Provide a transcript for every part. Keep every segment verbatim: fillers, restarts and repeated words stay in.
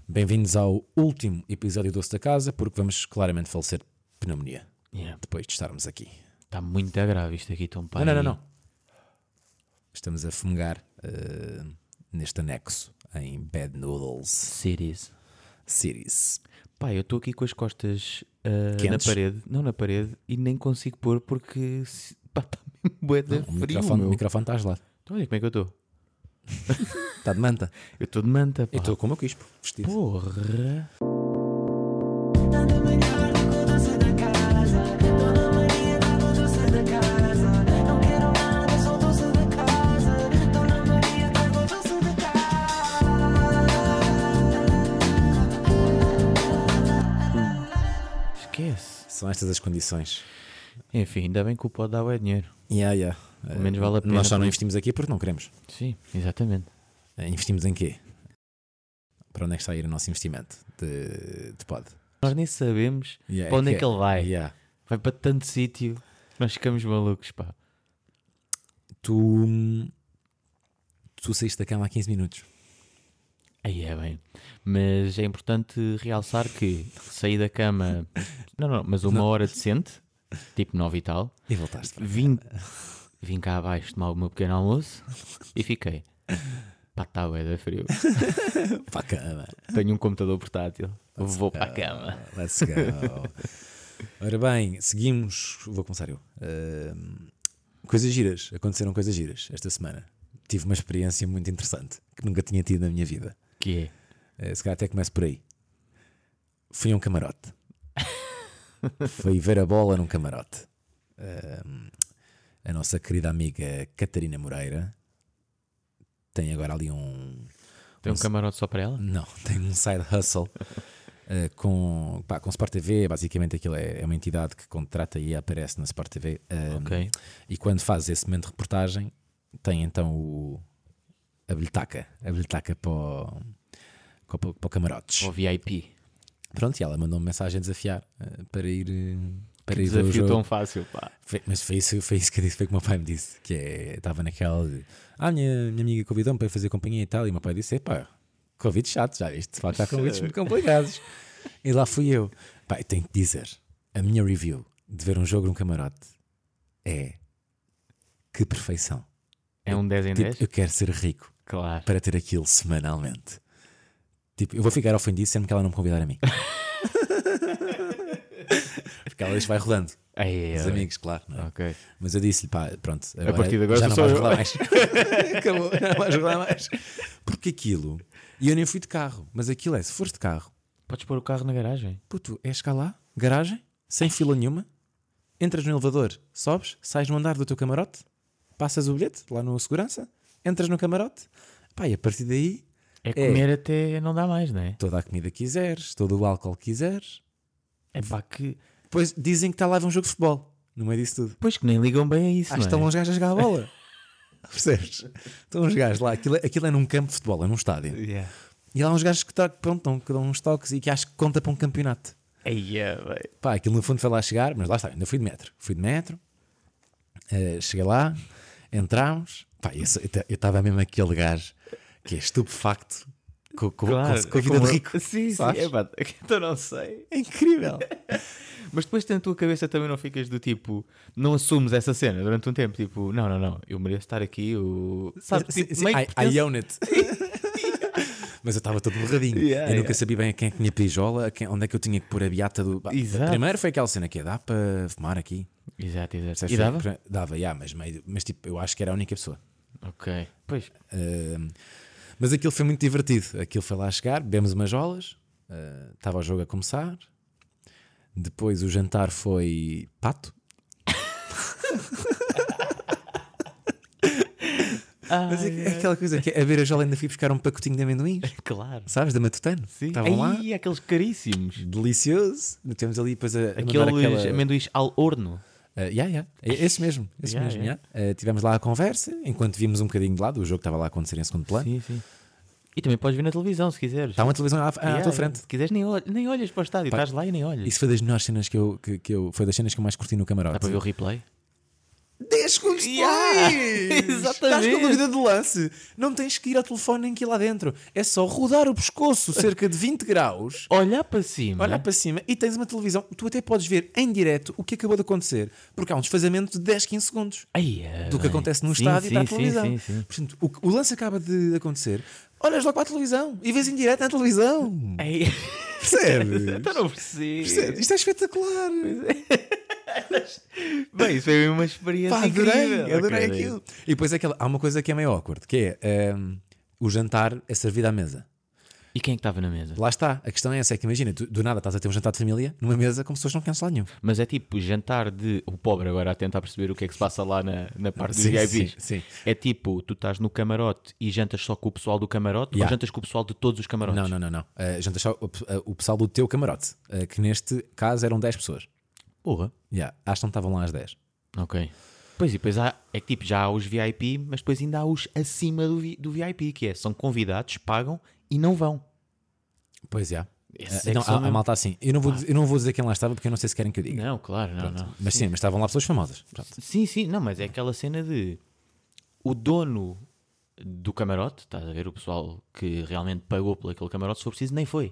Bem-vindos ao último episódio do Doce da Casa, porque vamos claramente falecer de pneumonia Yeah. depois de estarmos aqui. Está muito grave isto aqui, tão pai. Não, não, não, não. Estamos a fumegar uh, neste anexo em Bad Noodles Cities. Cities. Pá, eu estou aqui com as costas uh, na Quentes? parede, não na parede, e nem consigo pôr porque se- pá, está mesmo bué de Não, o frio, microfone, o meu. microfone está gelado. Então olha como é que eu estou. Está de manta. Eu estou de manta, pá. E estou como eu quis, vestido. Porra. Nada melhor do que o doce da casa. Dona Maria dá o doce da casa. Não quero nada, só o doce da casa. Dona Maria dá o doce da casa. Esquece. São estas as condições. Enfim, ainda bem que o pó dá é dinheiro. Yeah, yeah. Pelo menos vale a pena Nós só não porque- investimos aqui porque não queremos. Sim, exatamente. Uh, investimos em quê? Para onde é que está a ir o nosso investimento de, de pod? Nós nem sabemos Yeah, para onde é que ele vai. Yeah. Vai para tanto sítio, nós ficamos malucos, pá. Tu, tu saíste da cama há quinze minutos. Aí é bem. Mas é importante realçar que saí da cama, não, não, mas uma hora decente, tipo nove e tal, E voltaste para vim, vim cá abaixo tomar o meu pequeno almoço e fiquei. Pá, está bué da frio. para a cama. Tenho um computador portátil, vou para a go. cama. Let's go. Ora bem, seguimos. Vou começar eu. Ahm, coisas giras. Aconteceram coisas giras esta semana. Tive uma experiência muito interessante que nunca tinha tido na minha vida. Que é? Uh, se calhar até começo por aí. Fui a um camarote. Fui ver a bola num camarote. Ahm, a nossa querida amiga Catarina Moreira tem agora ali um. Tem um um- camarote só para ela? Não, tem um side hustle uh, com, pá, com Sport T V. Basicamente aquilo é, é uma entidade que contrata e aparece na Sport T V. Um, Ok. E quando faz esse momento de reportagem, tem então o, a bilhetaca, a bilhetaca para o, para, o- para o camarotes. Ou V I P. Pronto, e ela mandou-me mensagem a desafiar uh, para ir, uh, para Que ir ver o desafio jogo. tão fácil, pá. Foi- mas foi isso, foi isso que eu disse, foi que o meu pai me disse. Que é, estava naquela de, ah, minha, minha amiga convidou-me para ir fazer companhia e tal. E o meu pai disse, epá, convite chato, já viste? De facto, há convites muito complicados. E lá fui eu. Pá, eu tenho que dizer, a minha review de ver um jogo num camarote é que perfeição. É um dez em Tipo, dez? eu quero ser rico Claro. para ter aquilo semanalmente. Tipo, eu vou ficar ofendido sendo que ela não me convidar a mim. Porque ela vai rodando. Aí, Os aí. amigos, claro. não é? Ok. Mas eu disse-lhe, pá, pronto. Agora, partir de agora já sou não vais eu. rodar mais. Acabou, não vais rodar mais. Porque aquilo, e eu nem fui de carro, mas aquilo é, se fores de carro, Podes pôr o carro na garagem. puto, é chegar lá, garagem, sem fila nenhuma, entras no elevador, sobes, sais no andar do teu camarote, passas o bilhete lá no segurança, entras no camarote, pá, e a partir daí, É comer até não dá mais, não é? toda a comida que quiseres, todo o álcool que quiseres. É pá que... Depois dizem que está lá a ver um jogo de futebol, no meio disso tudo. Pois que nem ligam bem a isso, Acho que não estão é? uns gajos a jogar a bola. Percebes? Estão uns gajos lá, aquilo, é- aquilo é num campo de futebol, é num estádio. Yeah. E há uns gajos que, tá, pronto, dão, que dão uns toques e que acho que conta para um campeonato. Aí é, bem. Pá, aquilo no fundo foi lá chegar, mas lá está, ainda fui de metro. Fui de metro, eh, cheguei lá, entramos. Pá, eu estava mesmo aquele gajo que é estupefacto com, com, Claro, com, com a é vida como- de rico. Sim, sim, sabes? é pá, então não sei. É incrível. Mas depois na tua cabeça também não ficas do tipo, não assumes essa cena durante um tempo, tipo, não, não, não, eu mereço estar aqui, o... sabe, Sim, tipo, sim, meio I, que pertence- I own it. Mas eu estava todo borradinho. Yeah, eu nunca yeah. sabia bem a quem é que tinha pijola, a quem, onde é que eu tinha que pôr a beata do. Bah, Exato. Primeiro foi aquela cena que é, dá para fumar aqui. Exato, exato. Percebes? E dava? Foi- Dava, yeah, mas, meio- mas tipo, eu acho que era a única pessoa. Ok, pois, Uh, mas aquilo foi muito divertido. Aquilo foi lá chegar, bebemos umas jolas, uh, estava o jogo a começar. Depois o jantar foi pato. Mas é, é aquela coisa que é, a ver a jola ainda fui buscar um pacotinho de amendoins, claro. sabes, da Matutano. Sim. Estavam lá, Aí, aqueles caríssimos. delicioso. Temos ali depois a, a mandar Aqueles aquela... amendoins ao horno. Uh, yeah, yeah. É esse mesmo, esse Yeah, mesmo. yeah. Yeah. Uh, tivemos lá a conversa, enquanto vimos um bocadinho de lado, o jogo estava lá a acontecer em segundo plano. Sim, sim. E também podes ver na televisão se quiseres. Está uma televisão à, à Yeah, tua frente. Se quiseres, nem, ol- nem olhas para o estádio, Pá, estás lá e nem olhas. Isso foi das melhores cenas que eu, que, que eu. Foi das cenas que eu mais curti no camarote. Dá para ver o replay? dez segundos Yeah, depois! exatamente. Estás com dúvida do lance. Não tens que ir ao telefone nem que ir lá dentro. É só rodar o pescoço cerca de vinte graus, Olhar para cima. olhar para cima e tens uma televisão. Tu até podes ver em direto o que acabou de acontecer, porque há um desfazamento de dez, quinze segundos Ai, é do que bem. acontece no Sim, estádio e sim, está a sim, televisão. sim, sim. Portanto, o, o lance acaba de acontecer, olhas logo para a televisão e vês em direto na televisão. Ai, Percebes? então não percebo. Percebes? Isto é espetacular. Bem, isso foi uma experiência Pá, adorei, incrível. adorei Ok. aquilo. E depois aquela, há uma coisa que é meio awkward, que é hum, o jantar é servido à mesa. E quem é que estava na mesa? Lá está, a questão é essa, é que imagina, tu, do nada estás a ter um jantar de família numa mesa com pessoas que não conheces lá nenhum. Mas é tipo jantar de. O pobre agora a tentar perceber o que é que se passa lá na, na parte dos Sim, V I Ps. sim, sim. É tipo, tu estás no camarote e jantas só com o pessoal do camarote Yeah. ou jantas com o pessoal de todos os camarotes? Não, não, não, não. Uh, jantas só o, uh, o pessoal do teu camarote, uh, que neste caso eram dez pessoas. Porra. Yeah, acho que não estavam lá às dez. Ok. Pois e depois há, é que tipo, já há os V I P, mas depois ainda há os acima do, vi- do V I P, que é, são convidados, pagam e não vão. Pois é. Esses Uh, é que não, são a, a mesmo- malta assim. Eu não, vou, dizer- eu não vou dizer quem lá estava porque eu não sei se querem que eu diga. Não, claro, não, não. Mas sim, mas estavam lá pessoas famosas. Pronto. Sim, sim, não, mas é aquela cena de o dono do camarote, estás a ver, o pessoal que realmente pagou por aquele camarote, se for preciso, nem foi.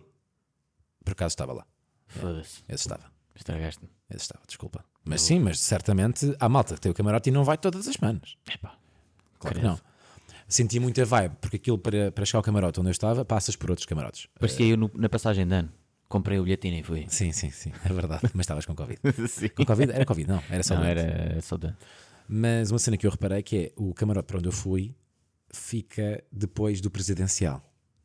Por acaso estava lá. Foda-se, Esse estava. estragaste-me. Esse estava, desculpa. Mas sim, mas certamente há malta que tem o camarote e não vai todas as semanas. Epá, Claro que credo. não. Senti muita vibe, porque aquilo para, para chegar ao camarote onde eu estava, passas por outros camarotes. Parecia eu no- na passagem de ano. Comprei o bilhete e nem fui. Sim, sim, sim, é verdade. Mas estavas com Covid. Sim. Com Covid? Era Covid, não, era só Não, doente. era só de... Mas uma cena que eu reparei que é o camarote para onde eu fui fica depois do presidencial.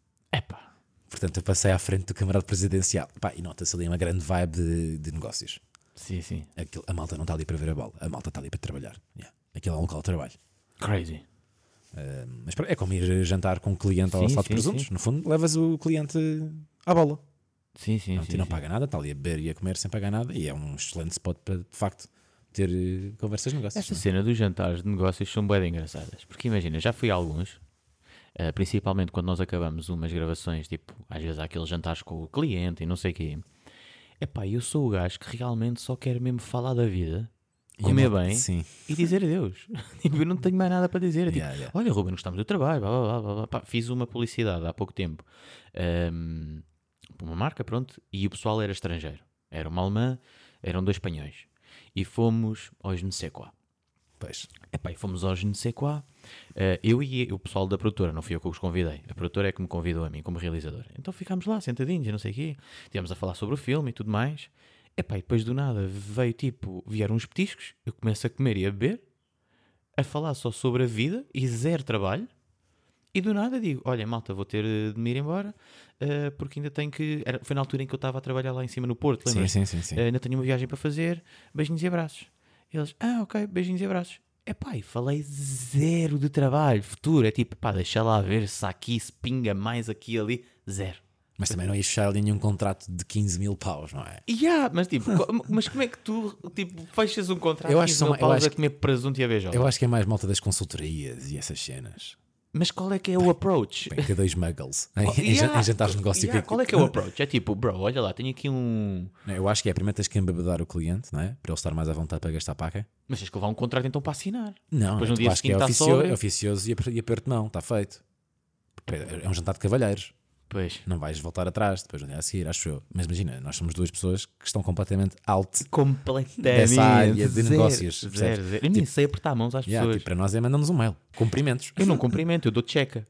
Epá, Portanto, eu passei à frente do camarote presidencial. Pá, e nota-se ali uma grande vibe de, de negócios. sim, sim. Aquilo- a malta não está ali para ver a bola, a malta está ali para trabalhar. Yeah. Aquilo é um local de trabalho. Crazy. Uh, mas pronto, é como ir jantar com um cliente ao Sim, salto de sim, presuntos. sim. No fundo, levas o cliente à bola. Sim, sim, Não, sim. e não sim. paga nada, está ali a beber e a comer sem pagar nada. E é um excelente spot para, de facto, ter eh, conversas de negócios. Essa cena dos jantares de negócios são bem engraçadas. Porque imagina, já fui a alguns, eh, principalmente quando nós acabamos umas gravações, tipo, às vezes há aqueles jantares com o cliente e não sei o quê. Epá, eu sou o gajo que realmente só quer mesmo falar da vida, E a comer malta- bem Sim. e dizer adeus. Tipo, eu não tenho mais nada para dizer. É tipo, Yeah, yeah. olha, Ruben, gostamos do trabalho. Blá, blá, blá, blá, blá. Pá, fiz uma publicidade há pouco tempo ahm, para uma marca, pronto, e o pessoal era estrangeiro. Era uma alemã, eram dois espanhóis. E fomos aos je ne sais quoi. Pois. Epá, e fomos aos je ne sais quoi. Eh, eu e o pessoal da produtora, não fui eu que os convidei. A produtora é que me convidou a mim como realizador. Então ficámos lá, sentadinhos e não sei o quê. Estivemos a falar sobre o filme e tudo mais. Epá, e depois do nada veio tipo, vieram uns petiscos, eu começo a comer e a beber, a falar só sobre a vida e zero trabalho. E do nada digo, olha malta, vou ter de me ir embora, eh, porque ainda tenho que... Era, foi na altura em que eu estava a trabalhar lá em cima no Porto, Sim, lembras? sim, sim. sim. Eh, ainda tenho uma viagem para fazer, beijinhos e abraços. Eles, ah, ok, beijinhos e abraços. Epá, e falei zero de trabalho, futuro. É tipo, pá, deixa lá ver se aqui se pinga mais aqui e ali. Zero. Mas também não ias fechar ali nenhum contrato de quinze mil paus, não é? E há, mas tipo, co- mas como é que tu tipo, fechas um contrato Eu de acho que quinze são- mil eu paus acho a comer presunto e a beijola? Eu acho que é mais malta das consultorias e essas cenas. Mas qual é que é o approach? Bem, ter dois muggles em, Oh, em jan- yeah, em jantares de negócio. yeah, qual é que é o approach? É tipo, bro, olha lá, tenho aqui um... Não, eu acho que é primeiro tens que embebedar o cliente, não é? Para ele estar mais à vontade para gastar paca. Mas tens que levar um contrato então para assinar. Não, Depois eu no dia acho que é, seguinte está oficio, sóbrio. é oficioso e aper- e aperto de mão, está feito. É um jantar de cavalheiros. Pois. Não vais voltar atrás depois no dia a seguir, acho eu. Mas imagina, nós somos duas pessoas que estão completamente out. Completamente. Dessa área de Zero, negócios, Zero, percebes? zero. Eu nem sei apertar mãos às Yeah, pessoas. tipo, para nós é mandamos um mail. Cumprimentos. Eu não cumprimento, eu dou checa.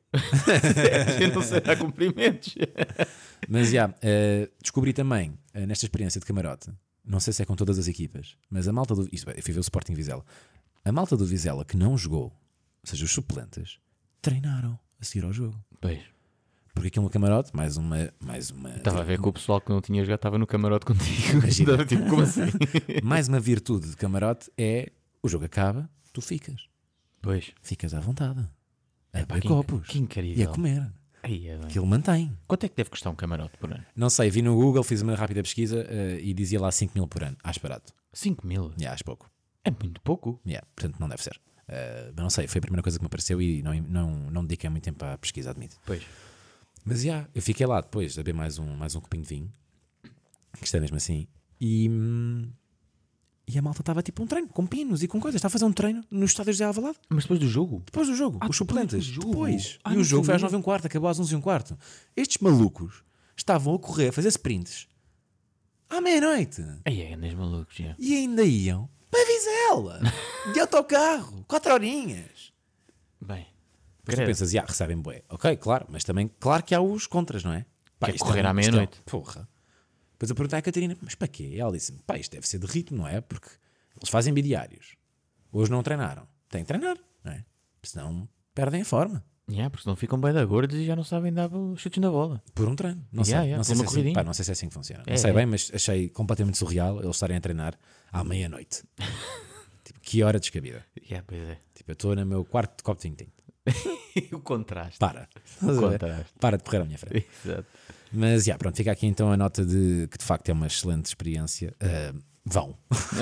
Eu não sei dar cumprimentos. Mas já, eh, descobri também eh, nesta experiência de camarote, não sei se é com todas as equipas, mas a malta do. Isto é, eu fui ver o Sporting Vizela. A malta do Vizela que não jogou, ou seja, os suplentes, treinaram a seguir ao jogo. Pois. Porque aquilo no camarote, mais uma. Mais uma Estava a ver que o pessoal que não tinha jogado estava no camarote contigo. Imagina. Estava tipo, como assim? mais uma virtude de camarote é o jogo acaba, tu ficas. Pois. Ficas à vontade. A Epá, beber que, copos. que E a incrível. comer. Aí é bem. Aquilo mantém. Quanto é que deve custar um camarote por ano? Não sei, vi no Google, fiz uma rápida pesquisa eh, e dizia lá cinco mil por ano. Acho barato. cinco mil? Yeah, acho pouco. É muito pouco. Yeah, portanto, não deve ser. Eh, mas não sei, foi a primeira coisa que me apareceu e não, não, não dediquei muito tempo à pesquisa, admito. Pois. Mas já, eu fiquei lá depois a beber mais um, mais um copinho de vinho, que está mesmo assim, e, hum, E a malta estava tipo um treino, com pinos e com coisas. Estava a fazer um treino nos estádios de Alvalade. Mas depois do jogo? Depois do jogo, Ah, os depois suplentes. do jogo. Depois. Ah, e o não jogo foi às sabia. nove e um quarto, acabou às onze e um quarto. Estes malucos estavam a correr, a fazer sprints à meia-noite. Aí é, andas malucos, já. E ainda iam para Vizela, de autocarro, quatro horinhas. Bem, Mas tu credo. pensas, já, recebem bué. Ok, claro, mas também, claro que há os contras, não é? Pá, Que é isto correr um- à isto é um- meia-noite. Porra. Depois eu perguntei à Catarina, mas para quê? E ela disse-me, pá, isto deve ser de ritmo, não é? Porque eles fazem bidiários. Hoje não treinaram. Têm que treinar, não é? Senão perdem a forma. Yeah, porque senão ficam bem da gordos e já não sabem dar chutes na bola. Por um treino. Não sei, Yeah, yeah, não, sei por se uma é assim, corridinha. pá, não sei se é assim que funciona. É, não sei é. bem, mas achei completamente surreal eles estarem a treinar à meia-noite. Tipo, que hora descabida. Yeah, pois é. Tipo, eu estou no meu quarto de copo de tinto. o contraste. Para. O contraste. Para de correr à minha frente. Exato. Mas, já, pronto, fica aqui então a nota de que de facto é uma excelente experiência. Ah, vão.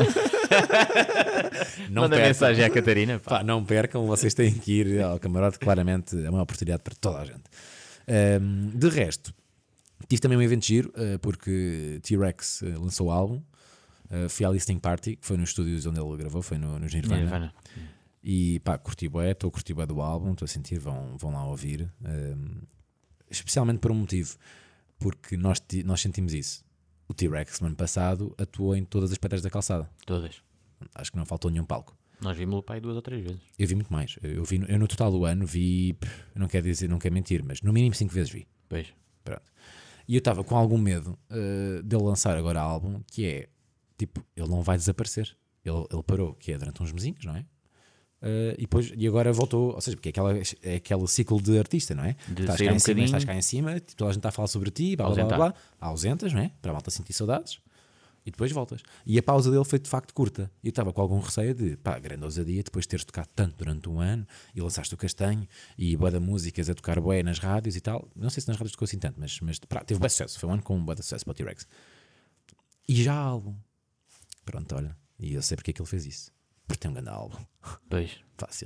não Manda percam. mensagem à Catarina. Pá. Pá, não percam, vocês têm que ir ao camarote, claramente é uma oportunidade para toda a gente. Ahm, de resto, tive também um evento giro, ah, porque T-Rex ah, lançou o álbum, ah, fui à listening party, que foi nos estúdios onde ele gravou, foi no, nos Nirvana. Nirvana. E pá, curti bué, estou a curtir bué do álbum, estou a sentir, vão, vão lá ouvir. Ahm, especialmente por um motivo, porque nós, ti- nós sentimos isso. O T-Rex, semana passado, atuou em todas as pedras da calçada. Todas. Acho que não faltou nenhum palco. Nós vimos o pai duas ou três vezes. Eu vi muito mais. Eu, vi, eu no total do ano vi, pff, eu não quero dizer, não quero mentir, mas no mínimo cinco vezes vi. Pois. Pronto. E eu estava com algum medo uh, dele lançar agora álbum, que é tipo, ele não vai desaparecer. Ele, ele parou, que é durante uns mesinhos, não é? Uh, e, depois, e agora voltou, ou seja, porque é, aquela, é aquele ciclo de artista, não é? De estás sair cá um em cima, bocadinho. estás cá em cima, tipo, toda a gente está a falar sobre ti, blá blá blá, Ausentar. blá, blá, ausentas, não é? Para a malta sentir saudades. E depois voltas. E a pausa dele foi de facto curta. E eu estava com algum receio de, pá, grande ousadia, depois de teres tocado tanto durante um ano e lançaste o Castanho e bué de músicas a tocar bué nas rádios e tal. Não sei se nas rádios tocou assim tanto, mas, mas pá, teve bué sucesso. Foi um ano com bué de sucesso para o T-Rex. E já há álbum. Pronto, olha. E eu sei porque é que ele fez isso. Porque tem um grande álbum. Pois. Fácil.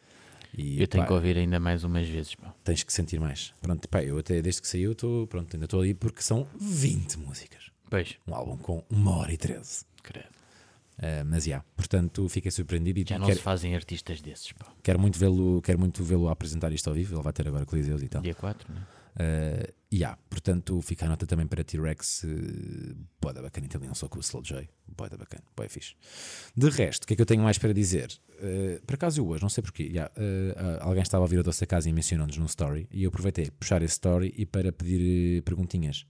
E, Eu tenho pá, que ouvir ainda mais umas vezes. Pá. tens que sentir mais. Pronto, pá, eu até desde que saiu, tô, pronto, ainda estou ali porque são vinte músicas. Pois. Um álbum com uma hora e treze. Credo. Uh, mas já, portanto, fiquei surpreendido e Já não quero, se fazem artistas desses. Pá. quero muito vê-lo quero muito vê-lo a apresentar isto ao vivo. Ele vai ter agora Coliseus e tal. Dia quatro, né? Uh, e já, portanto, fica a nota também para T-Rex. Uh, boa da bacana, então não só com o Slow J. Boa da bacana, boa fixe. De resto, o que é que eu tenho mais para dizer? Uh, por acaso eu hoje, não sei porquê, já, uh, alguém estava a vir a Doce Casa e mencionou-nos num story e eu aproveitei para puxar esse story e para pedir uh, perguntinhas.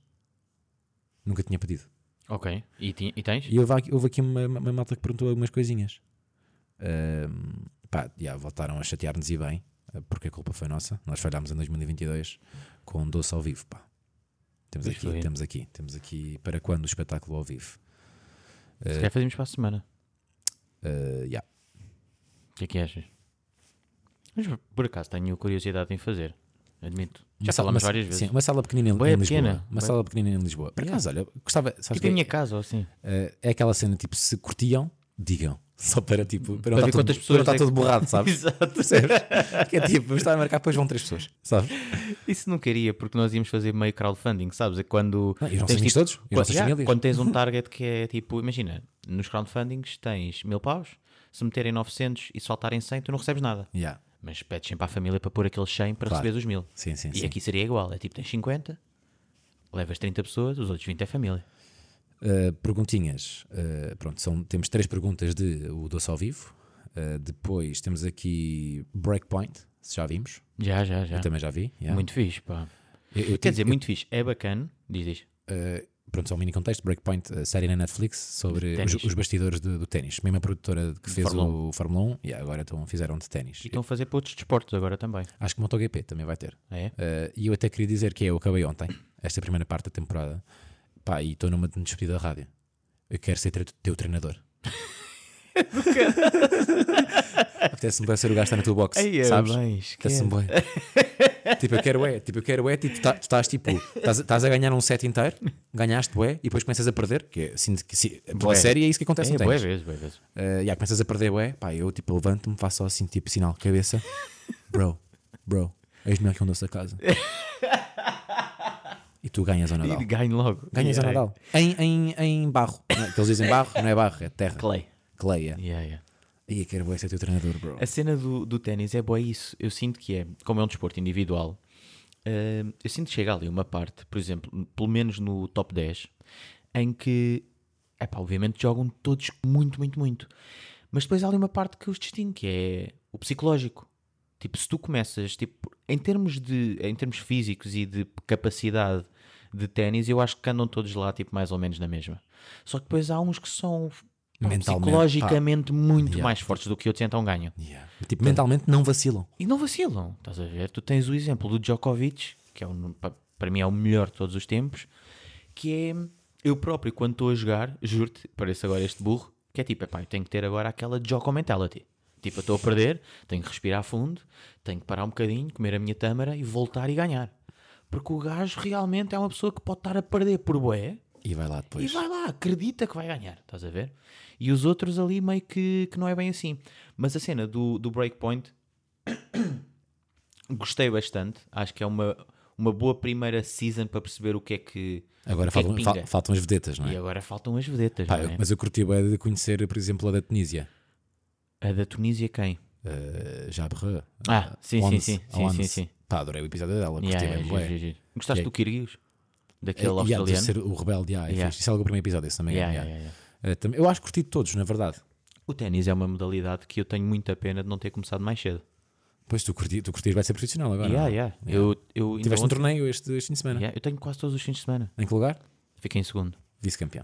Nunca tinha pedido. Ok. E, ti- e tens? E houve aqui, houve aqui uma, uma malta que perguntou algumas coisinhas. Ahm, pá, já voltaram a chatear-nos e bem, porque a culpa foi nossa. Nós falhámos em dois mil e vinte e dois com um doce ao vivo. Pá. Temos Pois aqui, foi. temos aqui, temos aqui para quando o espetáculo ao vivo. Se calhar fazemos para a semana. Ah, já. O que é que achas? Mas por acaso tenho curiosidade em fazer. Admito. Já Uma sala- falámos uma- várias vezes. Sim, uma sala pequenina em, Bué em Lisboa. pequena. Uma Bué- sala pequenina em Lisboa. Por Yeah. acaso, olha, gostava. Sabes Tipo que a é, minha casa ou assim. ah, é aquela cena tipo, se curtiam, digam. Só para tipo, para, Para não ver estar tudo, quantas para não pessoas estar é que- todo borrado, sabes? Exato. Percebes? Que é tipo, vamos estar a marcar, depois vão três pessoas, sabes? Isso não queria, porque nós íamos fazer meio crowdfunding, sabes? É quando. Não, e os nossos tens, amigos tipo, todos, e as quando, nossas já, famílias. quando tens um target que é tipo, imagina, nos crowdfundings tens mil paus, se meterem novecentos e se faltarem cem, tu não recebes nada. Yeah. Mas pedes sempre à família para pôr aqueles cem para Claro. receberes os mil. Sim, sim, E sim. aqui seria igual, é tipo, tens cinquenta, levas trinta pessoas, os outros vinte é família. Uh, perguntinhas. Uh, pronto, são, temos três perguntas de o Doce ao Vivo. Uh, depois temos aqui Breakpoint, se já vimos. Já, já, já. Eu também já vi. yeah. Muito fixe, pá. Eu- eu Quer tenho- dizer, muito fixe, é bacana, diz, diz. uh, pronto, só um mini contexto. Breakpoint, uh, série na Netflix sobre Ténis. os, os bastidores do, do ténis. Mesma produtora que De fez Fórmula o Fórmula um e agora então, fizeram de ténis. E estão a fazer para outros desportos agora também. Acho que o MotoGP também vai ter. É? Uh, e eu até queria dizer que eu acabei ontem, esta primeira parte da temporada, pá, e estou numa despedida da rádio. Eu quero ser tre- teu treinador. Apetece-me bem ser o gajo que está na tua box, Ei, é sabes? bem, esquece. Apetece-me bem. Tipo, eu quero é, tipo, eu quero é, tipo, tu tá- tu estás tipo, estás, estás a ganhar um set inteiro, ganhaste bué, e depois começas a perder, que é assim, que, se, pela Bué. série é isso que acontece É, no boa ténis. vez, boa vez. Uh, yeah, começas a perder bué, pá, eu tipo levanto-me, faço só assim, tipo sinal de cabeça, bro, bro, és melhor que um doce a casa. E tu ganhas ao Nadal. E ganho logo. Ganhas ao Yeah. Nadal. Em, em, em barro. Não é? Que eles dizem barro, não é barro, é terra. Clay. Clay, é. Yeah, yeah. E quero bué ser teu treinador, bro. A cena do, do ténis é boa isso. Eu sinto que é, como é um desporto individual, eh, eu sinto que chega ali uma parte, por exemplo, pelo menos no top dez, em que, epá, obviamente jogam todos muito, muito, muito. Mas depois há ali uma parte que os distingue, que é o psicológico. Tipo, se tu começas, tipo, em termos, de, em termos físicos e de capacidade de ténis, eu acho que andam todos lá, tipo, mais ou menos na mesma. Só que depois há uns que são pá, Mentalmente, psicologicamente muito Yeah. mais fortes do que outros, então ganham. Yeah. Tipo, mentalmente não vacilam. E não vacilam, estás a ver? Tu tens o exemplo do Djokovic, que é o, pa- para mim é o melhor de todos os tempos, que é eu próprio, quando estou a jogar, juro-te, parece agora este burro, que é tipo, epá, eu tenho que ter agora aquela Djoko mentality. Tipo, eu estou a perder, tenho que respirar fundo, tenho que parar um bocadinho, comer a minha tâmara e voltar e ganhar. Porque o gajo realmente é uma pessoa que pode estar a perder por bué E vai lá e depois. vai lá, acredita que vai ganhar, estás a ver? E os outros ali meio que, que não é bem assim. Mas a cena do, do breakpoint gostei bastante. Acho que é uma, uma boa primeira season para perceber o que é que, Agora o que é que faltam, pinga. fal- faltam as vedetas, não é? E agora faltam as vedetas, Pá, não eu- é? mas eu curti bué de conhecer, por exemplo, a da Tunísia. A da Tunísia quem? Uh, Jabre. Ah, sim, sim, sim, sim, sim, sim. Pá, adorei o episódio dela. Curti Yeah, bem, yeah, bué. giro, giro, giro. Gostaste Que é- do Kyrgios? Daquele E- e antes de australiano? ser o rebelde, yeah, é Yeah. fixe. Isso é logo o primeiro episódio, se não me engano. Yeah, yeah. yeah, yeah. Uh, também- eu acho que curti de todos, na verdade. O ténis é uma modalidade que eu tenho muita pena de não ter começado mais cedo. Pois tu, curti, tu curtias, vai ser profissional agora. Yeah, não? yeah. Yeah. Eu, eu ainda Tiveste um ontem- torneio este, este fim de semana. Yeah, eu tenho quase todos os fins de semana. Em que lugar? Fiquei em segundo. Vice-campeão.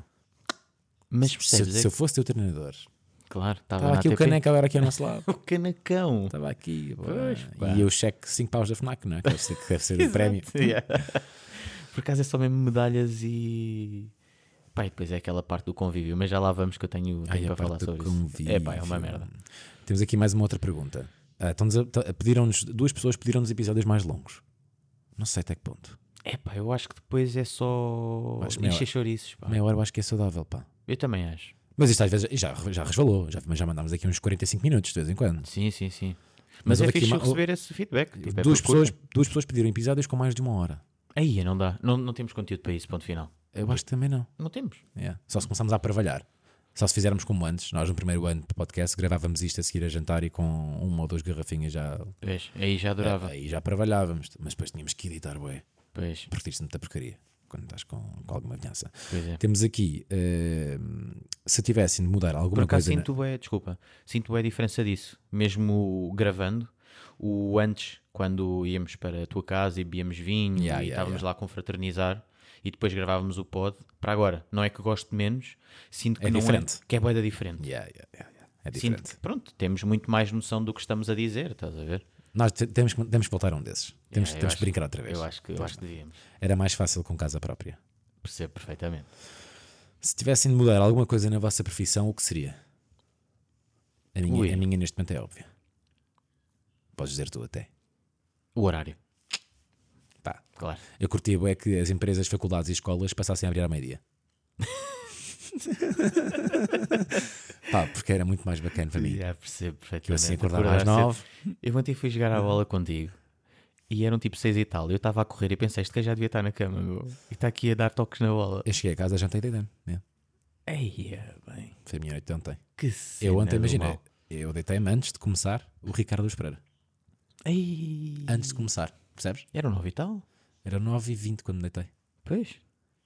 Mas Se, percebes? é se eu fosse teu treinador, Claro, estava estava na aqui o A T P. caneco agora aqui ao nosso lado. O canacão. Estava aqui. pô. Pois, pá. E eu cheque cinco paus da FNAC, não é? Que deve ser, que deve ser o prémio. Yeah. Por acaso é só mesmo medalhas e. Pá, e depois é aquela parte do convívio. Mas já lá vamos que eu tenho tempo Ai, a para falar parte do sobre isso. convívio. É pá, é uma merda. Temos aqui mais uma outra pergunta. Ah, estão-nos a- tá- pediram-nos, duas pessoas pediram-nos episódios mais longos. Não sei até que ponto. É pá, eu acho que depois é só Acho meia encher hora. chouriços. Pá. Meia hora eu acho que é saudável, pá. Eu também acho. Mas isto às vezes já, já resvalou. Já, mas já mandámos aqui uns quarenta e cinco minutos de vez em quando. Sim, sim, sim. Mas Mas, é houve aqui fixe uma- eu receber esse feedback. Tipo, é duas, por curta. pessoas, duas pessoas pediram episódios com mais de uma hora. Aí não dá. Não, não temos conteúdo para isso, ponto final. Eu acho que também não. Não temos. Yeah. Só se começarmos a trabalhar. Só se fizermos como antes. Nós no primeiro ano de podcast gravávamos isto a seguir a jantar e com uma ou duas garrafinhas já. Vês? Aí já adorava. Aí já trabalhávamos. Mas depois tínhamos que editar, bué. Pois, Porque isto é muita porcaria. Quando estás com, com alguma vinhança. pois é. Temos aqui, eh, se tivessem de mudar Por alguma acaso coisa. na- sinto bem, desculpa, sinto bem a diferença disso. Mesmo gravando, o antes, quando íamos para a tua casa e bebíamos vinho Yeah, e yeah, estávamos yeah. lá a confraternizar e depois gravávamos o pod, para agora, não é que gosto menos, sinto que É não diferente. é, que é boeda diferente. Yeah, yeah, yeah, yeah. É Sinto diferente. que, pronto, temos muito mais noção do que estamos a dizer, estás a ver? Nós te- temos, que- temos que voltar a um desses. Temos, Yeah, eu temos acho- que brincar outra vez. Eu acho que, eu acho que devíamos. Era mais fácil com casa própria. Percebo perfeitamente. Se tivessem de mudar alguma coisa na vossa profissão, o que seria? A Ui. minha, a minha neste momento é óbvia. Podes dizer tu até. O horário, Pá, claro. eu curtia é que as empresas, faculdades e escolas passassem a abrir à meia-dia. Pá, porque era muito mais bacana para mim. Já percebo perfeitamente. Que eu assim acordava Acordar às cedo. nove. Eu ontem fui jogar a bola contigo e eram tipo seis e tal. Eu estava a correr e pensei, este gajo já devia estar na cama, meu. E está aqui a dar toques na bola. Eu cheguei a casa, jantei e deitei-me. Yeah. Eia, bem. Foi a minha noite de ontem. Que cena Eu ontem, do imaginei, mal. eu deitei-me antes de começar o Ricardo Espereira. Ei. Antes de começar, percebes? Era um nove e tal? Era nove e vinte quando me deitei. Pois.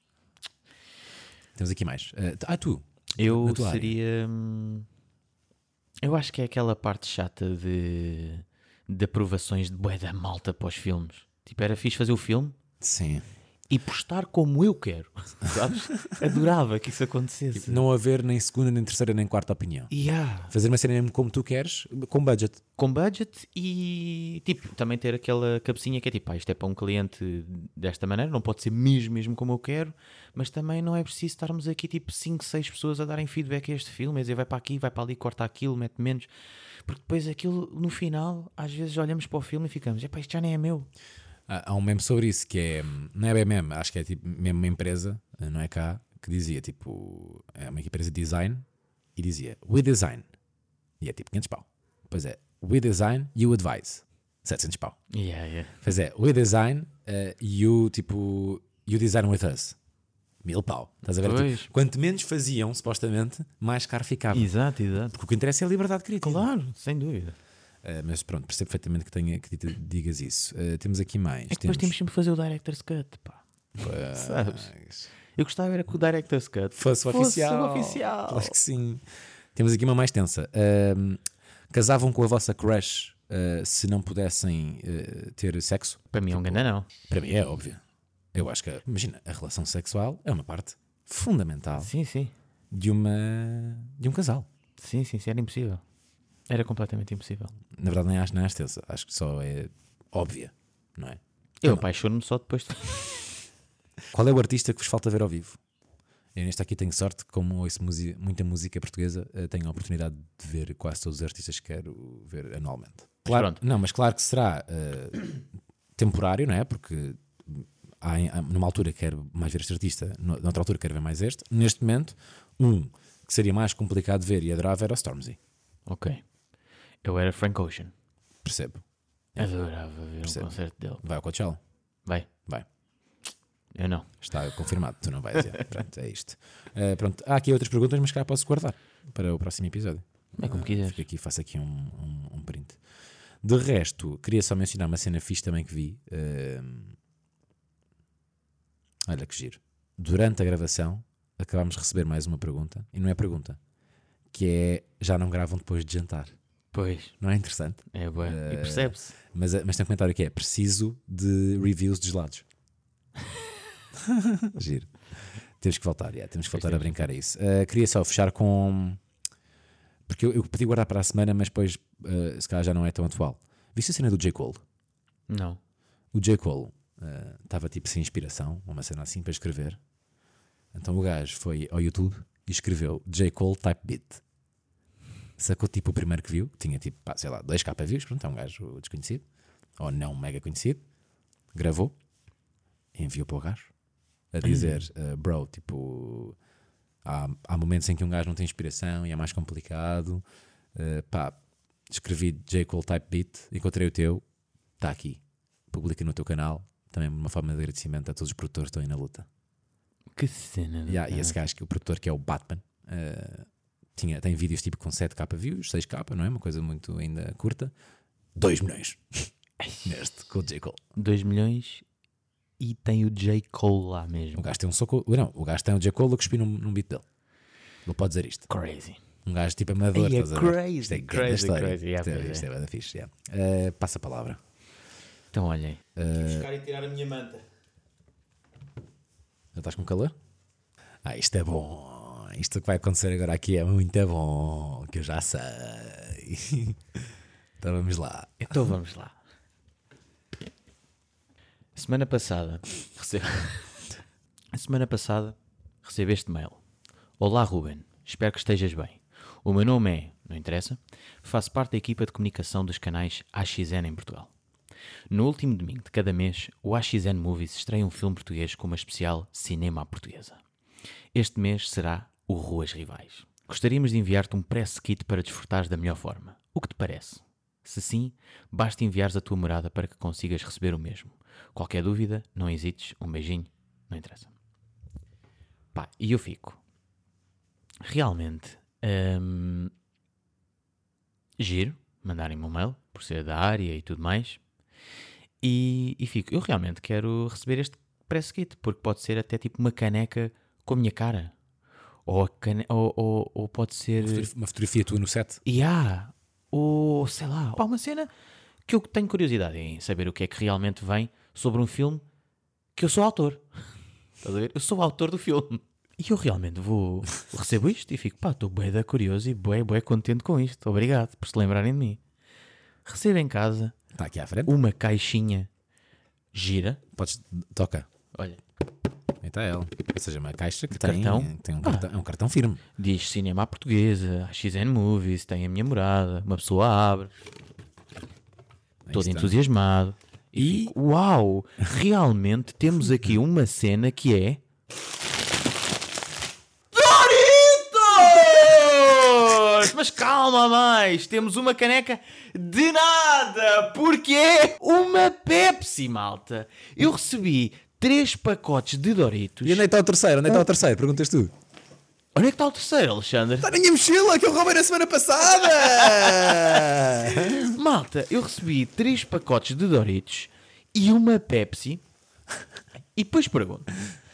Temos aqui mais. Uh, ah, tu? Eu Na tua área. seria. hum, Eu acho que é aquela parte chata de, de aprovações de bué da malta para os filmes. Tipo, era fixe fazer o filme Sim. e postar como eu quero. Sabes? Adorava que isso acontecesse. Não haver nem segunda, nem terceira, nem quarta opinião. Yeah. Fazer uma cena mesmo como tu queres, com budget. Com budget e tipo, também ter aquela cabecinha que é tipo, ah, isto é para um cliente desta maneira, não pode ser mesmo, mesmo como eu quero, mas também não é preciso estarmos aqui tipo cinco, seis pessoas a darem feedback a este filme, a dizer vai para aqui, vai para ali, corta aquilo, mete menos, porque depois aquilo no final, às vezes olhamos para o filme e ficamos, epá, isto já nem é meu. Há há um meme sobre isso que é, não é bem meme, acho que é tipo mesmo uma empresa, não é cá, que dizia tipo, é uma empresa de design e dizia we design e é tipo quinhentos pau. Pois é, we design, you advise, setecentos pau. Yeah, yeah. Pois é, we design, uh, you tipo, You Design With Us. Mil pau. Estás a ver? Pois. Tipo, quanto menos faziam, supostamente, mais caro ficava. Exato, exato. Porque o que interessa é a liberdade crítica. Claro, sem dúvida. Uh, mas pronto, percebo perfeitamente que, tenha, que te digas isso. Uh, temos aqui mais. É que depois temos sempre que fazer o Director's Cut, pá. Pois. Sabes? Eu gostava era que o Director's Cut Fosse o oficial. o oficial. Acho que sim. Temos aqui uma mais tensa. Uh, casavam com a vossa crush uh, se não pudessem uh, ter sexo? Para mim é um ganda não. Para mim é óbvio. Eu acho que, imagina, a relação sexual é uma parte fundamental Sim, sim. de, uma, de um casal. Sim, sim, sim, era impossível. Era completamente impossível. Na verdade, nem acho, nem acho tensa. Acho que só é óbvia, não é? Eu não. apaixono-me só depois. de- Qual é o artista que vos falta ver ao vivo? Eu neste aqui tenho sorte, como ouço musi- muita música portuguesa, eh, tenho a oportunidade de ver quase todos os artistas que quero ver anualmente. Claro, pronto. não, mas claro que será eh, temporário, não é? Porque há, há- numa altura quero mais ver este artista, no- noutra altura quero ver mais este. Neste momento, um que seria mais complicado de ver e adorava era o Stormzy. Ok. Eu era Frank Ocean. Percebo. Adorava ver Percebo. um concerto dele. Vai ao Coachella? Vai. Vai. Eu não. Está confirmado, tu não vais. É. Pronto, é isto. Eh, pronto. Há aqui outras perguntas, mas cá posso guardar para o próximo episódio. É como Ah, quiseres. fico aqui, faço aqui um, um, um print. De resto, queria só mencionar uma cena fixe também que vi. Ahm, olha que giro. Durante a gravação, acabámos de receber mais uma pergunta. E não é pergunta, que é: já não gravam depois de jantar? Pois. Não é interessante? É bom. Eh, E percebe-se. Mas, mas tem um comentário que é: preciso de reviews de gelados. Giro. Temos que voltar, yeah, temos que voltar a brincar a isso. Uh, queria só fechar com. Porque eu, eu pedi guardar para a semana, mas depois uh, se calhar já não é tão atual. Viste a cena do J. Cole? Não. O J. Cole estava uh, tipo sem inspiração, uma cena assim para escrever. Então o gajo foi ao YouTube e escreveu J. Cole Type Beat. Sacou tipo o primeiro que viu, tinha tipo, pá, sei lá, dois K views, pronto, é um gajo desconhecido, ou não mega conhecido. Gravou, enviou para o gajo a dizer: uh, bro, tipo, há, há momentos em que um gajo não tem inspiração e é mais complicado. Uh, pá, escrevi J. Cole Type Beat, encontrei o teu, está aqui, publica no teu canal. Também uma forma de agradecimento a todos os produtores que estão aí na luta. Que cena. do Yeah, e caralho. esse gajo, que é o produtor, que é o Batman, uh, tinha, tem vídeos tipo com sete K views, seis K, não é? Uma coisa muito ainda curta. dois milhões neste, com o J. Cole. dois milhões e tem o J. Cole lá mesmo. O gajo tem um soco. Não, o gajo tem o J. Cole a cuspir num, num beat dele. Ele pode dizer isto. Crazy. Um gajo tipo amador. Ei, é estás a ver? crazy, Isto é grande crazy, história. crazy, yeah, Isto é, pois isto é. é bem fixe. Yeah. Uh, passa a palavra. Então olhem. Uh, e tirar a minha manta. já estás com calor? Ah, isto é bom. Isto que vai acontecer agora aqui é muito bom. Que eu já sei. Então vamos lá. Então vamos lá. Semana passada recebo... A semana passada recebo este mail. Olá Ruben, espero que estejas bem. O meu nome é, não interessa, faço parte da equipa de comunicação dos canais A X N em Portugal. No último domingo de cada mês, o A X N Movies estreia um filme português com uma especial Cinema à Portuguesa. Este mês será o Ruas Rivais. Gostaríamos de enviar-te um press kit para desfrutares da melhor forma. O que te parece? Se sim, basta enviares a tua morada para que consigas receber o mesmo. Qualquer dúvida, não hesites, um beijinho, não interessa. Pá, e eu fico. Realmente, hum, giro, mandarem-me um mail, por ser da área e tudo mais. E, e fico, eu realmente quero receber este press kit, porque pode ser até tipo uma caneca com a minha cara. Ou, a cane... ou, ou, ou pode ser... Uma fotografia, uma fotografia tua no set. E há, ou sei lá, pá, uma cena que eu tenho curiosidade em saber o que é que realmente vem sobre um filme que eu sou autor. Estás a ver? Eu sou o autor do filme. E eu realmente vou, recebo isto e fico, pá, estou bué da curioso e bué, bué contente com isto. Obrigado por se lembrarem de mim. Recebo em casa Está aqui à frente. uma caixinha gira. Podes. Toca. Olha, Aí está ela. Ou seja, uma caixa que De tem, cartão? tem um, Ah. cartão, é um cartão firme. diz Cinema à Portuguesa, A X N Movies, tem a minha morada, uma pessoa abre, Aí todo está. entusiasmado. E Fico, uau, realmente temos aqui uma cena que é... Doritos! Mas calma mais, temos uma caneca de nada, porque é uma Pepsi, malta. Eu recebi três pacotes de Doritos. E onde é que está o terceiro? Onde é que está o terceiro? Perguntas tu. Onde é que está o terceiro, Alexandre? Está na minha mochila que eu roubei na semana passada! Malta, eu recebi três pacotes de Doritos e uma Pepsi. E depois pergunto: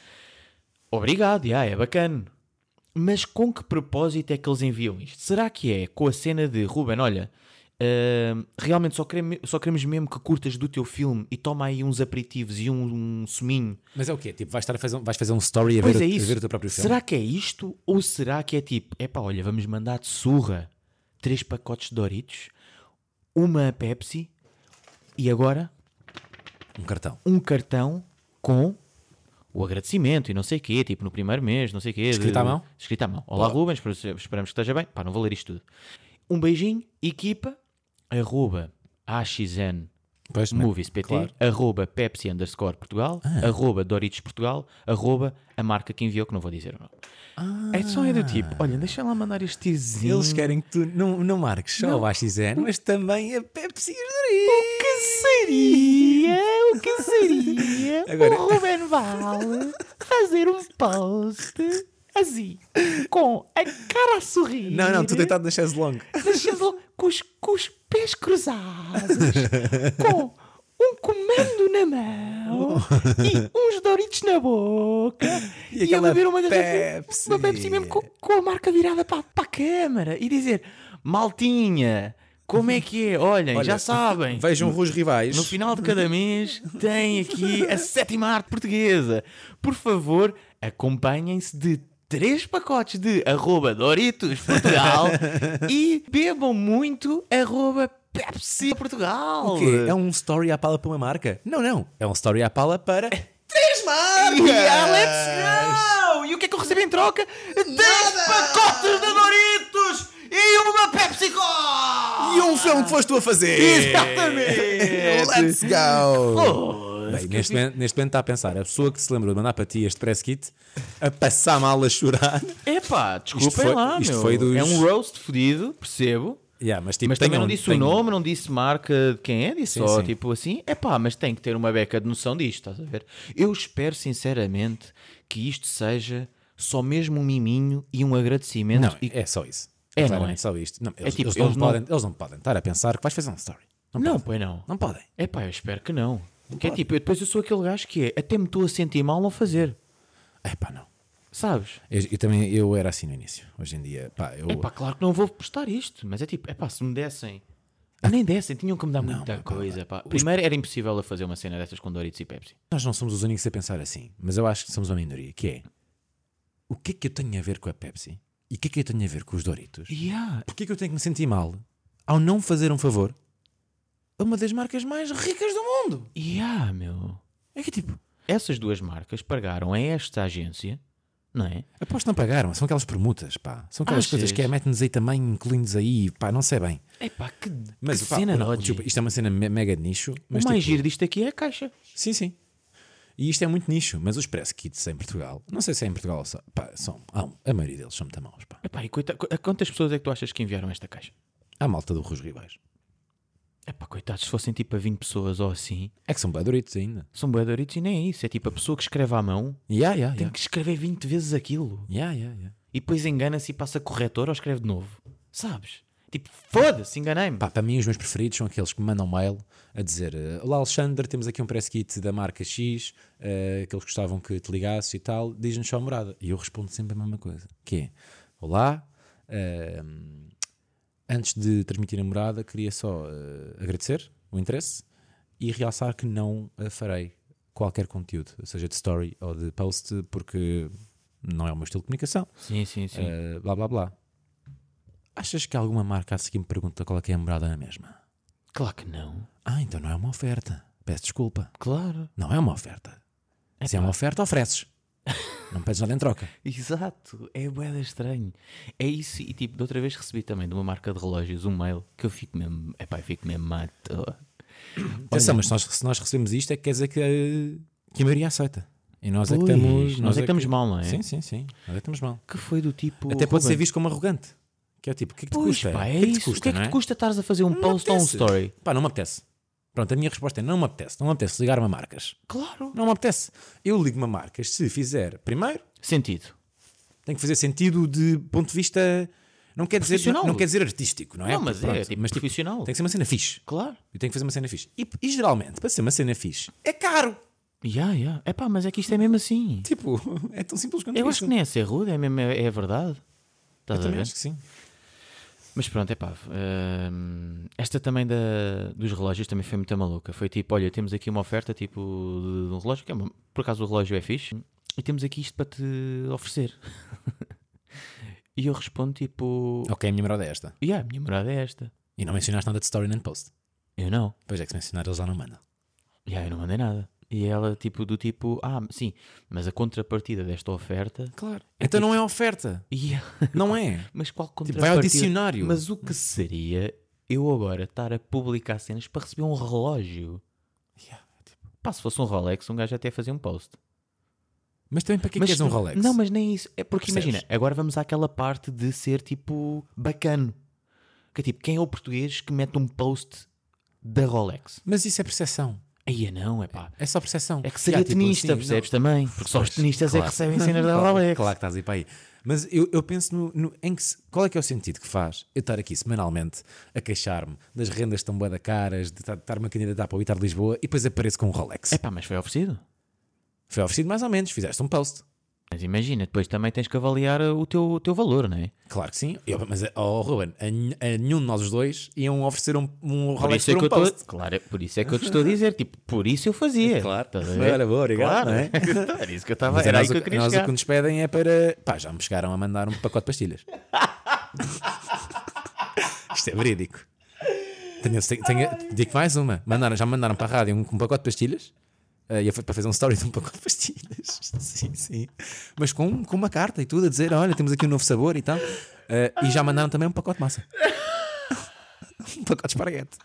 obrigado, já, é bacana. Mas com que propósito é que eles enviam isto? Será que é com a cena de Ruben, olha, uh, realmente só queremos, só queremos mesmo que curtas do teu filme e toma aí uns aperitivos e um, um suminho? Mas é o quê? Tipo, vais, estar a fazer, um- vais fazer um story a Pois ver, é o- a isso. ver o teu próprio filme? Será que é isto? Ou será que é tipo, epá, olha, vamos mandar de surra três pacotes de Doritos, uma Pepsi e agora Um cartão. um cartão com o agradecimento e não sei o quê, tipo no primeiro mês, não sei o quê. Escrito de- à mão? Escrito à mão. Olá, Rubens, espero- esperamos que esteja bem. Pá, não vou ler isto tudo. Um beijinho, equipa, arroba A X N Pois, não é? Movies P T, Claro. arroba Pepsi underscore Portugal, arroba Doritos Portugal, arroba a marca que enviou, que não vou dizer o nome. É só é do tipo, olha, deixa lá mandar este tizinho. Eles querem que tu não, não marques só o A X N, mas também a Pepsi e os O que seria? O que seria? Agora- O Ruben Val fazer um post assim, com a cara a sorrir. Não, não, tu deitado na chaise longue. Deixando com os, com os pés cruzados, com um comando na mão e uns Doritos na boca E e, a aquela beber uma garrafa, Pepsi. uma Pepsi mesmo com, com a marca virada para, para a câmara e dizer, maltinha, como é que é? Olhem, Olha, já sabem. Vejam os rivais. No final de cada mês tem aqui a sétima arte portuguesa. Por favor, acompanhem-se de três pacotes de arroba Doritos Portugal e bebam muito arroba Pepsi Portugal. O quê? É um story à pala para uma marca? Não, não. É um story à pala para três marcas! Yeah, let's go! E o que é que eu recebo em troca? três pacotes de Doritos e uma Pepsi Cola! E um filme que foste tu a fazer! Exatamente! Let's go! Oh, Bem, neste, momento, neste momento está a pensar, a pessoa que se lembrou de mandar para ti este press kit a passar mal a chorar. Epá, desculpem Isto foi- lá, isto meu. foi dos- É um roast fodido, percebo. Yeah, mas tipo, Mas também tenham- não disse tenham- o nome, não disse marca de quem é, disse Sim, só sim. tipo assim, epá, mas tem que ter uma beca de noção disto, estás a ver? Eu espero sinceramente que isto seja só mesmo um miminho e um agradecimento. Não, e... é só isso. É, não Claramente é? só isto. Não, eles, tipo, eles não eles não- podem, eles não podem estar a pensar que vais fazer um story. Não, Não, podem. pois não. Não podem. Epá, eu espero que não. Que é tipo, eu, depois eu sou aquele gajo que é, até me estou a sentir mal não fazer, É pá, não. sabes? Eu, eu também eu era assim no início. Hoje em dia, pá, eu. Epá, claro que não vou postar isto, mas é tipo, epá, se me dessem... Nem dessem, tinham que me dar muita pá, coisa, pá. Primeiro era impossível a fazer uma cena dessas com Doritos e Pepsi. Nós não somos os únicos a pensar assim, mas eu acho que somos uma minoria, que é o que é que eu tenho a ver com a Pepsi? E o que é que eu tenho a ver com os Doritos? Yeah. Porquê é que eu tenho que me sentir mal ao não fazer um favor a uma das marcas mais ricas do mundo? Yeah, meu. É que tipo, Essas duas marcas pagaram a esta agência, não é? aposto que não pagaram, são aquelas permutas, pá. São aquelas Achas? coisas que é, mete-nos aí também, incluindo-nos aí, pá, não sei bem. Epá, que, Mas que pá, cena não, dodgy. desculpa, isto é uma cena me- mega de nicho. Mas O mais tipo, giro disto aqui é a caixa. Sim, sim. E isto é muito nicho, mas os press kits em Portugal, não sei se é em Portugal ou só, pá, são, há um- a maioria deles são muito maus, pá. Epá, e coita, a quantas pessoas é que tu achas que enviaram esta caixa? Há malta do Rus Rivais. Epá, coitados, se fossem tipo a vinte pessoas ou assim, É que são bué Doritos ainda. são bué Doritos e nem é isso. É tipo a pessoa que escreve à mão Ya, ya, tem ya. que escrever vinte vezes aquilo. Ya, ya, ya. E depois engana-se e passa corretor ou escreve de novo. Sabes? Tipo, foda-se, enganei-me. Pá, para mim os meus preferidos são aqueles que me mandam mail a dizer eh, olá Alexandre, temos aqui um press kit da marca X, eh, que eles gostavam que te ligasse e tal, diz-nos só a morada. E eu respondo sempre a mesma coisa, que é, olá, eh, antes de transmitir a morada, queria só eh, agradecer o interesse e realçar que não eh, farei qualquer conteúdo, seja de story ou de post, porque não é o meu estilo de comunicação, Sim, sim, sim. eh, blá blá blá. Achas que alguma marca a seguir me pergunta qual é que é a morada na mesma? Claro que não. Ah, então não é uma oferta. Peço desculpa. Claro. Não é uma oferta. Se é uma oferta, ofereces. Não pedes nada em troca. Exato. É bué estranho. É isso. E tipo, de outra vez recebi também de uma marca de relógios um mail que eu fico mesmo... Epá, eu fico mesmo mato. Atenção, mas se nós, se nós recebemos isto é que quer dizer que, eh, que a maioria aceita. E nós é que Pois, estamos... nós é que é estamos mal, não é? Sim, sim, sim. Nós é que estamos mal. Que foi do tipo... Até pode ser Ruben, visto como arrogante. Que é tipo, o que é que te Pois custa? pá, O é que é que te isso. custa, o que é que não te custa estares a fazer um Não me post ou um apetece. story? Pá, não me apetece. Pronto, a minha resposta é não me apetece. Não me apetece ligar-me a marcas. Claro. Não me apetece. Eu ligo-me a marcas se fizer, primeiro, Sentido. tem que fazer sentido de ponto de vista... Não quer dizer, Profissional. não, não quer dizer artístico, não é? Não, mas é, Pronto, tipo, mas, profissional. Tem que ser uma cena fixe. Claro. E tem que fazer uma cena fixe. E, e geralmente, para ser uma cena fixe, é caro. Ya, ya. É pá, mas é que isto é mesmo assim. Tipo, é tão simples quanto Eu isso. acho que nem é ser rude, é mesmo, é, é verdade. Eu Estás a também ver? acho que sim. Mas pronto, é pá. hum, esta também da, dos relógios também foi muito maluca. Foi tipo, olha, temos aqui uma oferta tipo de, de um relógio, que é uma, por acaso o relógio é fixe, e temos aqui isto para te oferecer. E eu respondo tipo, Ok, a minha morada é esta. yeah, a minha morada é esta. E não mencionaste nada de story nem de post. Eu não. Pois é que se mencionar eles já não mandam. Yeah, eu não mandei nada. E ela tipo do tipo, ah, sim, mas a contrapartida desta oferta... Claro. Então não é oferta. Yeah. Não é. Mas qual Tipo, contrapartida? vai ao dicionário. Mas o que seria eu agora estar a publicar cenas para receber um relógio? Yeah, tipo, Pá, se fosse um Rolex, um gajo até fazia um post. Mas também para que é Mas que és um não- Rolex? Não, mas nem isso. É porque Percebes? imagina, agora vamos àquela parte de ser tipo bacano. Que é tipo, quem é o português que mete um post da Rolex? Mas isso é percepção. Aí não, é pá. É só percepção. É que seria Yeah, tipo, tenista, assim, percebes não. também? Porque só os Pois, tenistas claro. é que recebem cenas da Claro, Rolex. Claro que estás aí para aí. Mas eu, eu penso no, no- em que se- qual é que é o sentido que faz eu estar aqui semanalmente a queixar-me das rendas tão bué da caras, de estar- estar-me a candidatar para o Itar de Lisboa e depois apareço com um Rolex. É pá, mas foi oferecido. Foi oferecido mais ou menos, fizeste um post. Mas imagina, depois também tens que avaliar uh, o teu, o teu valor, não é? Claro que sim. Eu, mas, oh, Ruben, a, n- a nenhum de nós os dois iam oferecer um, um Por Rolex isso, é por que um eu post. tô, claro, é por isso é que eu te estou a dizer. Tipo, por isso eu fazia. Claro. Estás a ver? Era boa, obrigado, Claro. não é? Era isso que eu estava. Mas Era aí nós, que eu o- queria nós o chegar. que nos pedem é para... Pá, já me chegaram a mandar um pacote de pastilhas. Isto é verídico. Tenho, tenho, digo mais uma. Mandaram, já me mandaram para a rádio um, um pacote de pastilhas. Uh, e para fazer um story de um pacote de pastilhas. Sim, sim. Mas com, com uma carta e tudo a dizer: olha, temos aqui um novo sabor e tal. Uh, e já mandaram também um pacote de massa. Um pacote de esparguete.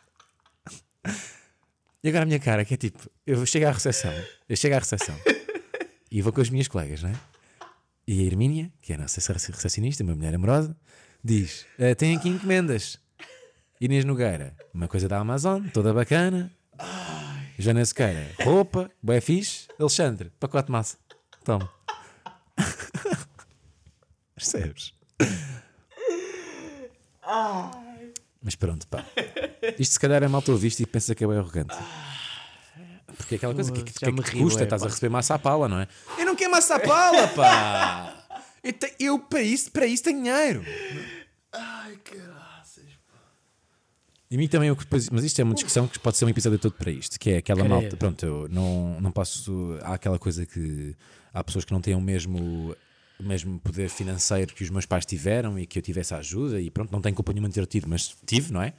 E agora a minha cara, que é tipo: eu chego à recepção, eu chego à recepção e vou com as minhas colegas, não é? E a Hermínia, que é a nossa recepcionista, uma mulher amorosa, diz: "Ah, tem aqui encomendas. Inês Nogueira, uma coisa da Amazon, toda bacana. Joana Sequeira, roupa, bué fixe. Alexandre, pacote de massa. Toma." Percebes? Mas pronto, pá. Isto se calhar é mal estou visto e pensa que é bem arrogante. Porque é aquela coisa que, que, Já que, me que ri, custa, ué, estás a pá. receber massa à pala, não é? Eu não quero massa à pala, pá! Eu, te- eu para, isso, para isso tenho dinheiro. Ai, caraças. E a mim também, o que depois- mas isto é uma discussão que pode ser um episódio todo para isto, que é aquela Credo. malta, pronto, eu não, não posso, há aquela coisa que há pessoas que não têm o mesmo, o mesmo poder financeiro que os meus pais tiveram e que eu tivesse a ajuda e pronto, não tenho culpa nenhuma de ter tido, mas tive, não é?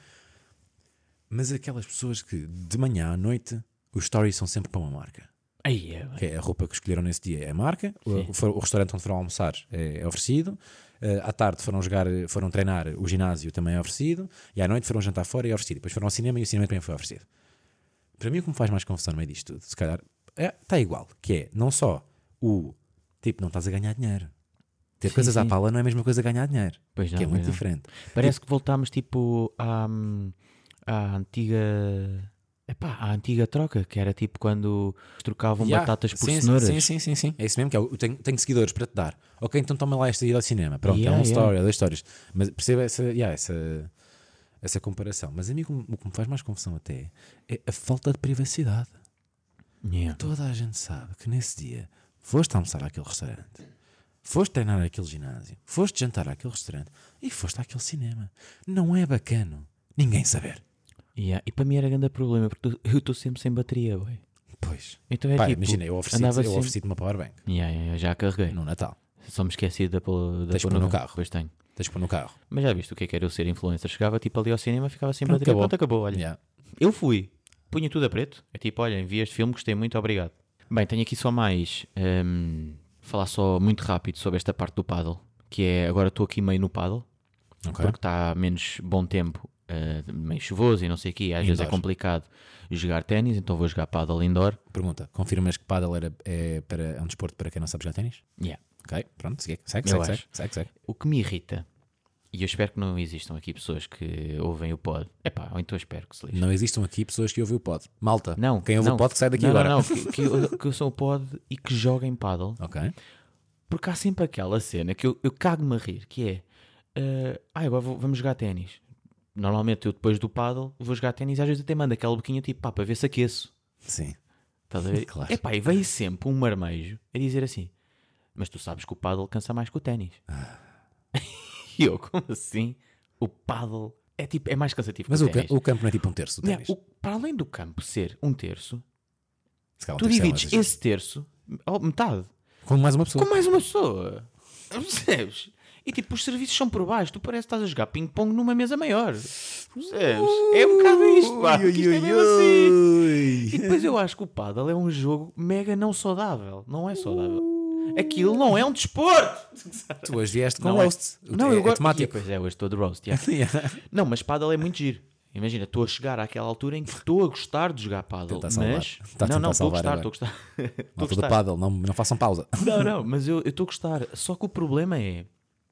Mas aquelas pessoas que de manhã à noite os stories são sempre para uma marca. Aí é, Que é a roupa que escolheram nesse dia é a marca, o, o restaurante onde foram almoçar é, é oferecido, uh, à tarde foram jogar, foram treinar, o ginásio também é oferecido, e à noite foram jantar fora e é oferecido. Depois foram ao cinema e o cinema também foi oferecido. Para mim, o que me faz mais confusão no meio disto tudo, se calhar, está igual, que é não só o tipo, não estás a ganhar dinheiro. Ter Sim, coisas à sim. pala não é a mesma coisa que ganhar dinheiro, Pois não, que é pois muito não. diferente. Parece que voltámos tipo à, à antiga. Epá, à antiga troca, que era tipo quando trocavam Yeah, batatas por sim, cenouras. Sim, sim, sim, sim. É isso mesmo, que é, o- eu tenho, tenho seguidores para te dar. Ok, então toma lá esta ida ao cinema. Pronto, Yeah, é uma yeah. story, é duas histórias. Mas perceba essa, yeah, essa, essa comparação. Mas a mim o que- o que me faz mais confusão até é a falta de privacidade. Yeah. Toda a gente sabe que nesse dia foste almoçar àquele restaurante, foste treinar àquele ginásio, foste jantar àquele restaurante e foste àquele cinema. Não é bacano ninguém saber. Yeah. E para mim era grande problema, porque eu estou sempre sem bateria, boy. Pois. Então é Pá, tipo. imagina, eu ofereci-te andava eu sempre- ofereci uma powerbank Yeah, yeah, yeah, já a carreguei. no Natal. Só me esqueci da pôr da Tens de pôr pôr no carro. Pois tenho. Tens de pôr no carro. Mas já viste o que é que era eu ser influencer? Chegava tipo ali ao cinema, ficava sem Pronto, bateria. acabou. Pronto, acabou, olha. Yeah. Eu fui, punha tudo a preto. É tipo, olha, vi este filme, gostei muito, obrigado. Bem, tenho aqui só mais. hum, falar só muito rápido sobre esta parte do paddle. Que é, agora estou aqui meio no paddle. Ok. Porque está menos bom tempo, uh, meio chuvoso e não sei o quê. Às vezes é Indoor. complicado jogar ténis, então vou jogar paddle indoor. Pergunta, confirmas que paddle era, é, para, é um desporto para quem não sabe jogar ténis? Yeah. Ok, pronto, segue, segue, Eu segue, acho. segue, segue, segue. O que me irrita E eu espero que não existam aqui pessoas que ouvem o pod. Epá, ou então eu espero que se lixem. Não existam aqui pessoas que ouvem o pod. Malta, Não, quem ouve não, o pod que sai daqui não, agora. Não, não, que, que, eu- que eu sou o pod e que joguem paddle. Ok. Porque há sempre aquela cena que eu, eu cago-me a rir, que é... eh, ah, agora vou- vamos jogar ténis. Normalmente eu depois do paddle vou jogar ténis e às vezes até mando aquela boquinha tipo, pá, para ver se aqueço. Sim. Estás a ver? Claro. Epá, e veio sempre um marmejo a dizer assim, mas tu sabes que o paddle cansa mais que o ténis. E eu, como assim? O paddle é, tipo, é mais cansativo Mas que o, o ca- ténis. o campo não é tipo um terço do Não, ténis. o- para além do campo ser um terço, Se calhar um tu terço é divides mais exagero. esse terço, oh, metade, Com mais uma pessoa. com mais uma pessoa. Percebes? E tipo, os serviços são por baixo. Tu parece que estás a jogar ping-pong numa mesa maior. Percebes? É um bocado isto, pá. Ui, Isto é ui, mesmo assim. ui. E depois eu acho que o paddle é um jogo mega não saudável. Não é saudável. Aquilo não é um desporto. Tu hoje vieste com Não é. roast. Não, é, eu é gosto. temático. Pois é, hoje estou de roast. yeah. Yeah. Não, mas paddle é muito giro. Imagina, estou a chegar àquela altura em que estou a gostar de jogar paddle. Tenta salvar. Mas. Está a não, tentar não, estou a salvar gostar, estou a agora. gostar. Estou a Malta do gostar. paddle, não, não façam pausa. Não, não, mas eu eu estou a gostar. Só que o problema é.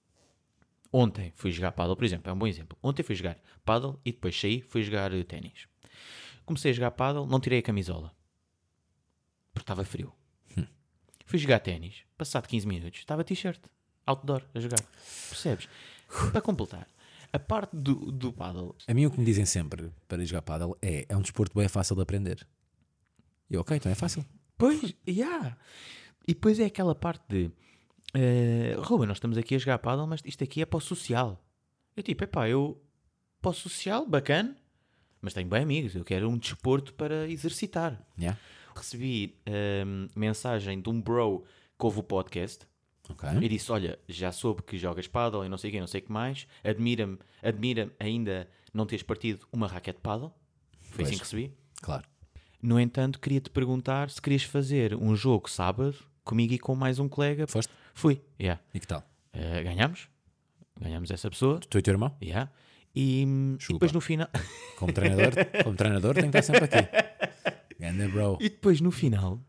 Ontem fui jogar paddle, por exemplo, é um bom exemplo. Ontem fui jogar paddle e depois saí, fui jogar eh, ténis. Comecei a jogar paddle, não tirei a camisola. Porque estava frio. Fui jogar ténis, passado quinze minutos, estava t-shirt, outdoor, a jogar. Percebes? Para completar, a parte do, do paddle, A mim o que me dizem sempre para ir jogar paddle é é um desporto bem fácil de aprender. E eu, ok, então é fácil. pois, yeah. E depois é aquela parte de uh, Ruben, nós estamos aqui a jogar paddle, mas isto aqui é para o social. Eu tipo, epá, eu para o social, bacana, mas tenho bem amigos, eu quero um desporto para exercitar. Yeah. Recebi um, mensagem de um bro que ouve o podcast Ok. e disse, olha, já soube que jogas paddle e não sei o que, não sei o que mais, admira-me, admira-me ainda não teres partido uma raquete de paddle. Foi Pois. assim que recebi. Claro. No entanto, queria-te perguntar se querias fazer um jogo sábado comigo e com mais um colega. Foste? Fui, yeah. E que tal? Uh, ganhámos. Ganhámos essa pessoa. Tu e o teu irmão? Yeah. E, e Chupa. depois no final... Como treinador, como treinador tem que estar sempre aqui. Ganda bro. E depois no final...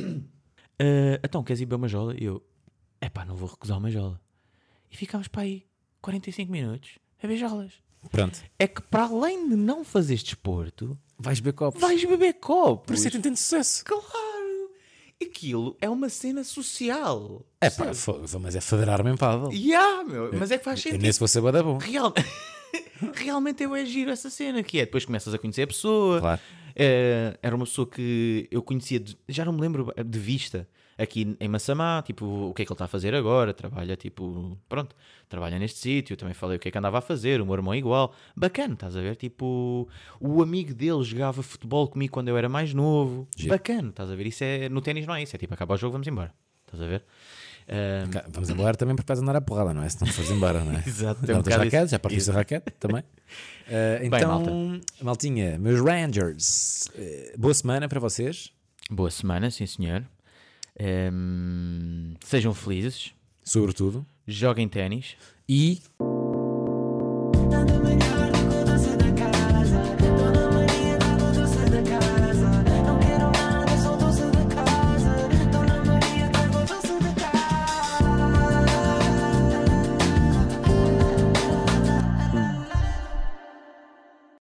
uh, então, queres ir beber uma jola? E eu... Epá, não vou recusar uma jola. E ficámos para aí quarenta e cinco minutos a beber jolas. Pronto. É que para além de não fazeres desporto, Vais beber copos. vais beber copos. Por isso é que tem tanto sucesso. Claro! Aquilo é uma cena social. É pá, fo- mas é federar-me em paddle. Yeah, meu. Mas é que faz Eu sentido. nesse vou ser bada bom. Real... Realmente eu é giro essa cena, que é depois começas a conhecer a pessoa. Claro. Eh, era uma pessoa que eu conhecia, de- já não me lembro de vista, aqui em Massamá, tipo, o que é que ele está a fazer agora, trabalha, tipo, pronto, trabalha neste sítio, também falei o que é que andava a fazer, o meu irmão é igual, bacana, estás a ver, tipo, o amigo dele jogava futebol comigo quando eu era mais novo, Giro. bacana, estás a ver, isso é, no ténis não é isso, é tipo, acaba o jogo, vamos embora, estás a ver? Eh, Cá, vamos embora também porque vais andar a porrada, não é? Se não fores embora, não é? Exato, tem um Não tens bocado raquete, isso. já partiste a raquete também. Eh, Bem, então, malta. maltinha, meus Rangers, eh, boa semana para vocês. Boa semana, sim senhor. Ehm, sejam felizes, Sobretudo. joguem ténis. E